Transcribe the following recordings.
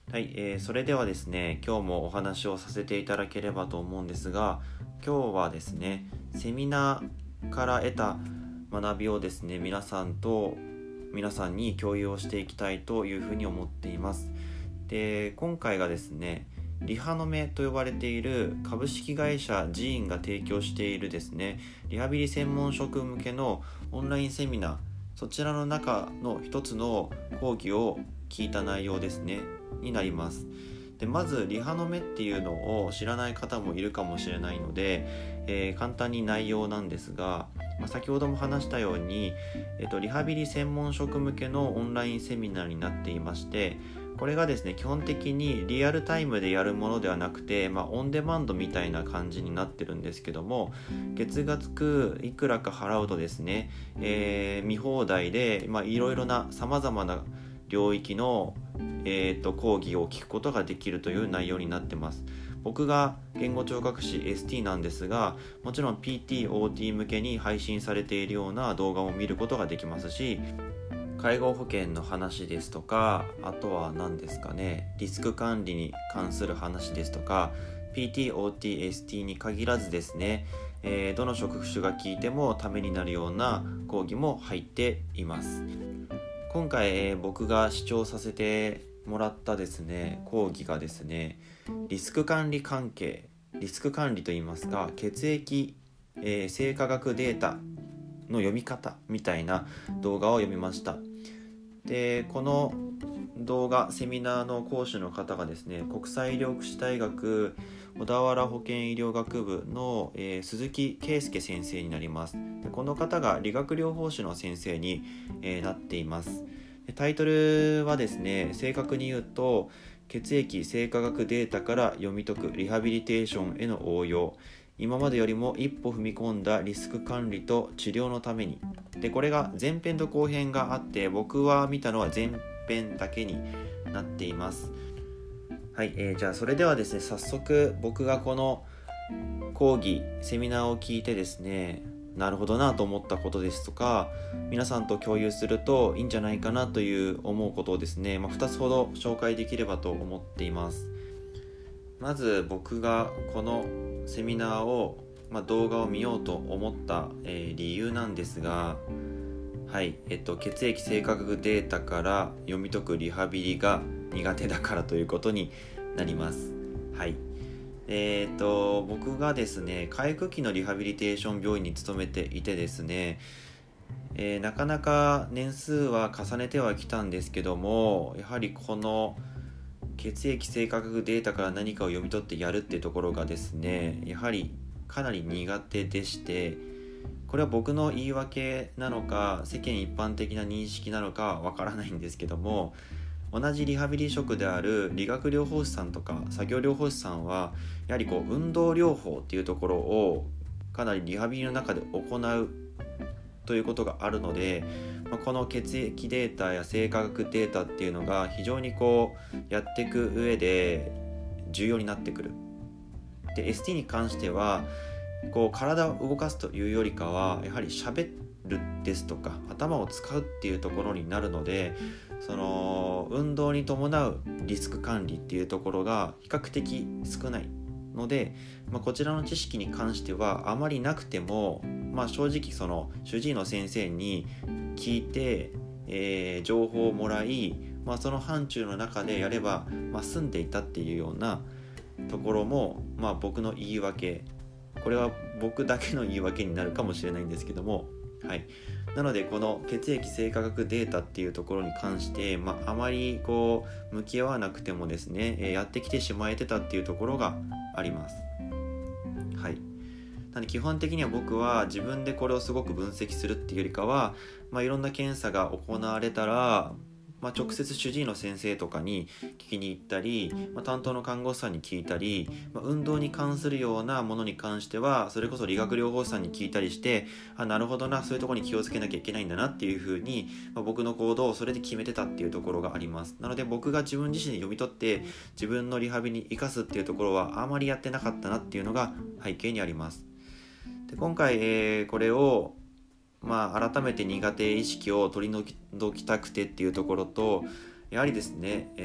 はい、それではですね、今日もお話をさせていただければと思うんですが、今日はですね、セミナーから得た学びをですね、皆さんに共有をしていきたいというふうに思っています。で、今回がですね、リハの目と呼ばれている株式会社ジーンが提供しているですね、リハビリ専門職向けのオンラインセミナー、そちらの中の一つの講義を聞いた内容ですねになります。でまずリハの目っていうのを知らない方もいるかもしれないので、簡単に内容なんですが、先ほども話したように、リハビリ専門職向けのオンラインセミナーになっていまして、これがですね基本的にリアルタイムでやるものではなくて、オンデマンドみたいな感じになってるんですけども、月額いくらか払うとですね、見放題でいろいろなさまざまな領域の、講義を聞くことができるという内容になってます。僕が言語聴覚士 ST なんですが、もちろん PT、OT 向けに配信されているような動画も見ることができますし、介護保険の話ですとか、あとは何ですかね、リスク管理に関する話ですとか、PT、OT、ST に限らずですね、どの職種が聞いてもためになるような講義も入っています。今回、僕が視聴させてもらったですね講義がですね、リスク管理といいますか、血液、生化学データの読み方みたいな動画を読みました。でこの動画セミナーの講師の方がですね、国際医療福祉大学小田原保健医療学部の、鈴木圭介先生になります。でこの方が理学療法士の先生に、なっています。でタイトルはですね、正確に言うと、血液生化学データから読み解くリハビリテーションへの応用、今までよりも一歩踏み込んだリスク管理と治療のために。でこれが前編と後編があって、僕は見たのは前編だけになっています。はい、じゃあそれではですね、早速僕がこの講義セミナーを聞いてですね、なるほどなと思ったことですとか、皆さんと共有するといいんじゃないかなという思うことをですね、2つほど紹介できればと思っています。まず僕がこのセミナーを、動画を見ようと思った、理由なんですが、はい、血液生化学データから読み解くリハビリが苦手だからということになります。はい。僕がですね、回復期のリハビリテーション病院に勤めていてですね、なかなか年数は重ねてはきたんですけども、やはりこの血液生化学データから何かを読み取ってやるっていうところがですね、やはりかなり苦手でして、これは僕の言い訳なのか世間一般的な認識なのかわからないんですけども、同じリハビリ職である理学療法士さんとか作業療法士さんは、やはり運動療法っていうところをかなりリハビリの中で行うということがあるので、この血液データや生化学データっていうのが非常にやっていく上で重要になってくる。で ST に関しては体を動かすというよりかは、やはり喋るですとか頭を使うっていうところになるので、その運動に伴うリスク管理っていうところが比較的少ないので、こちらの知識に関してはあまりなくても、正直その主治医の先生に聞いて、情報をもらい、その範疇の中でやれば、済んでいたっていうようなところも、僕の言い訳、これは僕だけの言い訳になるかもしれないんですけども、はい、なのでこの血液生化学データっていうところに関して、あまり向き合わなくてもですね、やってきてしまえてたっていうところがあります。はい。なので基本的には僕は自分でこれをすごく分析するっていうよりかは、いろんな検査が行われたら、直接主治医の先生とかに聞きに行ったり、担当の看護師さんに聞いたり、運動に関するようなものに関してはそれこそ理学療法士さんに聞いたりして、なるほどな、そういうところに気をつけなきゃいけないんだなっていうふうに、僕の行動をそれで決めてたっていうところがあります。なので僕が自分自身で読み取って自分のリハビリに生かすっていうところはあまりやってなかったなっていうのが背景にあります。で今回、これを改めて苦手意識を取り除きたくてっていうところと、やはりですね、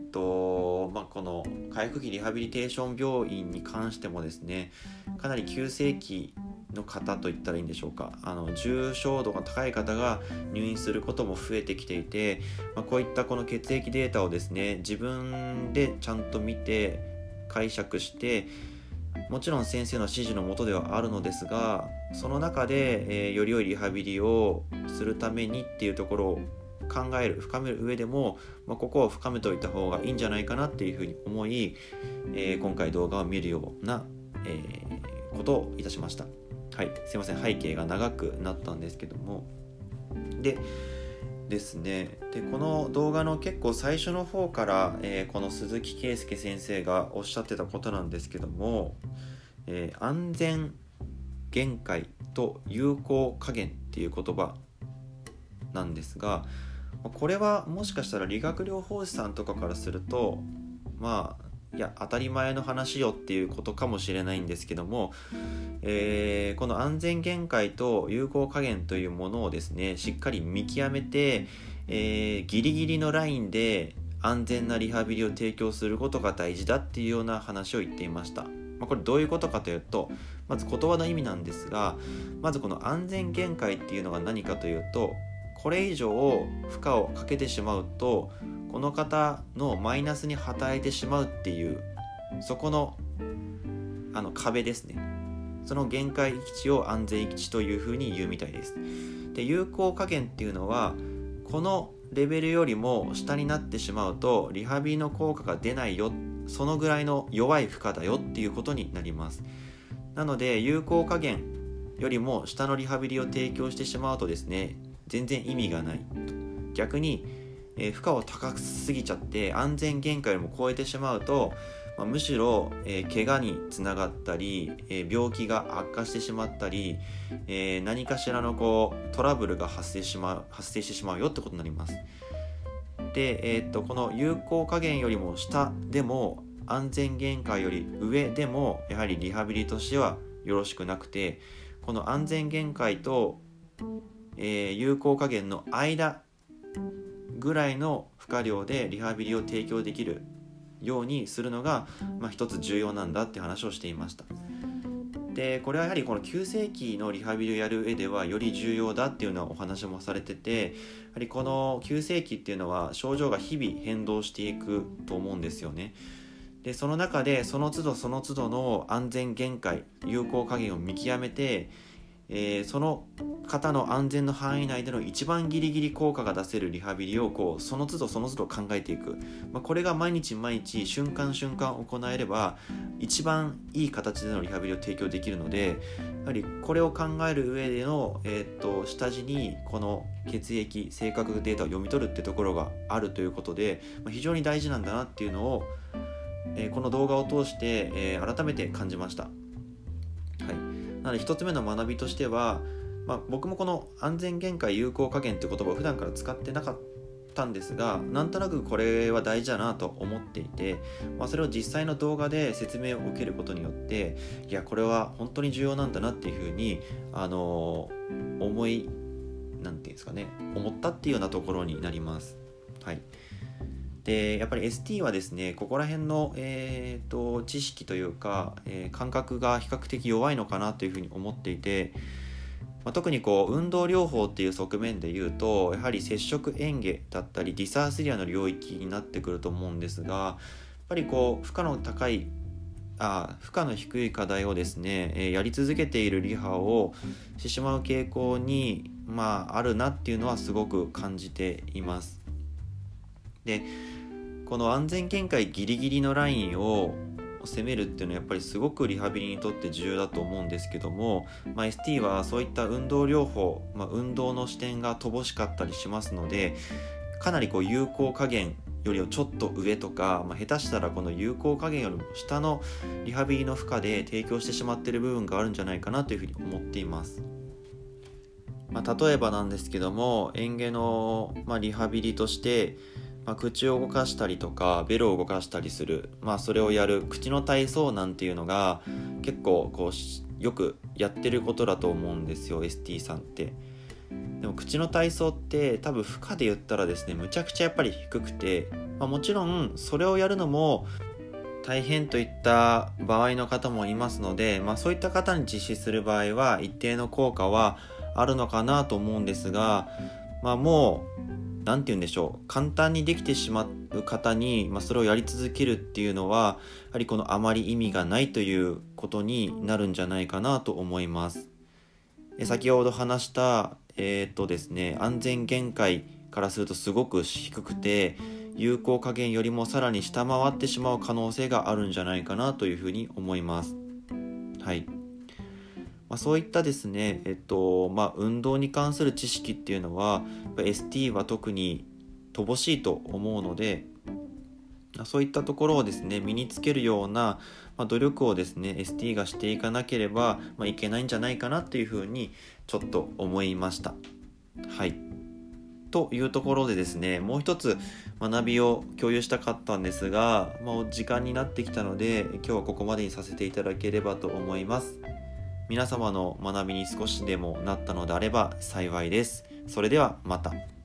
この回復期リハビリテーション病院に関してもですね、かなり急性期の方といったらいいんでしょうか、重症度が高い方が入院することも増えてきていて、こういったこの血液データをですね、自分でちゃんと見て解釈して、もちろん先生の指示の下ではあるのですが、その中で、より良いリハビリをするためにっていうところを深める上でも、ここを深めておいた方がいいんじゃないかなっていうふうに思い、今回動画を見るような、ことをいたしました。はい、すいません、背景が長くなったんですけども、でこの動画の結構最初の方から、この鈴木圭介先生がおっしゃってたことなんですけども、安全限界と有効加減っていう言葉なんですが、これはもしかしたら理学療法士さんとかからするといや当たり前の話よっていうことかもしれないんですけども、この安全限界と有効加減というものをですね、しっかり見極めて、ギリギリのラインで安全なリハビリを提供することが大事だっていうような話を言っていました。これどういうことかというと、まず言葉の意味なんですが、まずこの安全限界っていうのが何かというと、これ以上負荷をかけてしまうとこの方のマイナスに働いてしまうっていう、そこの壁ですね。その限界域値を安全域値というふうに言うみたいです。で、有効加減っていうのは、このレベルよりも下になってしまうとリハビリの効果が出ないよ、そのぐらいの弱い負荷だよっていうことになります。なので有効加減よりも下のリハビリを提供してしまうとですね、全然意味がない。逆に、負荷を高すぎちゃって安全限界よりも超えてしまうと、むしろ、怪我につながったり、病気が悪化してしまったり、何かしらのトラブルが発生してしまうよってことになります。で、この有効加減よりも下でも安全限界より上でもやはりリハビリとしてはよろしくなくて、この安全限界と有効加減の間ぐらいの負荷量でリハビリを提供できるようにするのが、一つ重要なんだって話をしていました。で、これはやはりこの急性期のリハビリをやる上ではより重要だっていうようなお話もされてて、やはりこの急性期っていうのは症状が日々変動していくと思うんですよね。で、その中でその都度その都度の安全限界、有効加減を見極めて、その方の安全の範囲内での一番ギリギリ効果が出せるリハビリをその都度その都度考えていく、これが毎日毎日瞬間瞬間行えれば一番いい形でのリハビリを提供できるので、やはりこれを考える上での、下地にこの血液正確データを読み取るってところがあるということで、非常に大事なんだなっていうのを、この動画を通して、改めて感じました。はい。なので一つ目の学びとしては、僕もこの安全限界有効加減って言葉を普段から使ってなかったんですが、なんとなくこれは大事だなと思っていて、それを実際の動画で説明を受けることによって、いやこれは本当に重要なんだなっていうふうに思ったっていうようなところになります。はい。で、やっぱり ST はですね、ここら辺の、知識というか、感覚が比較的弱いのかなというふうに思っていて、特に運動療法っていう側面で言うと、やはり接触嚥下だったりディサースリアの領域になってくると思うんですが、やっぱり負荷の低い課題をですね、やり続けているリハをしてしまう傾向に、あるなっていうのはすごく感じています。で、この安全限界ギリギリのラインを攻めるっていうのはやっぱりすごくリハビリにとって重要だと思うんですけども、ST はそういった運動療法、運動の視点が乏しかったりしますので、かなり有効加減よりちょっと上とか、下手したらこの有効加減よりも下のリハビリの負荷で提供してしまっている部分があるんじゃないかなというふうに思っています。例えばなんですけども、嚥下の、リハビリとして口を動かしたりとかベロを動かしたりする、それをやる口の体操なんていうのが結構よくやってることだと思うんですよ、ST さんって。 でも口の体操って多分負荷で言ったらですね、むちゃくちゃやっぱり低くて、もちろんそれをやるのも大変といった場合の方もいますので、そういった方に実施する場合は一定の効果はあるのかなと思うんですが、もうなんて言うんでしょう、簡単にできてしまう方に、それをやり続けるっていうのはやはりこのあまり意味がないということになるんじゃないかなと思います。先ほど話したですね、安全限界からするとすごく低くて、有効加減よりもさらに下回ってしまう可能性があるんじゃないかなというふうに思います。はい。そういったですね、運動に関する知識っていうのはST は特に乏しいと思うので、そういったところをですね身につけるような、努力をですね ST がしていかなければ、いけないんじゃないかなというふうにちょっと思いました。はい。というところでですね、もう一つ学びを共有したかったんですが、時間になってきたので今日はここまでにさせていただければと思います。皆様の学びに少しでもなったのであれば幸いです。それではまた。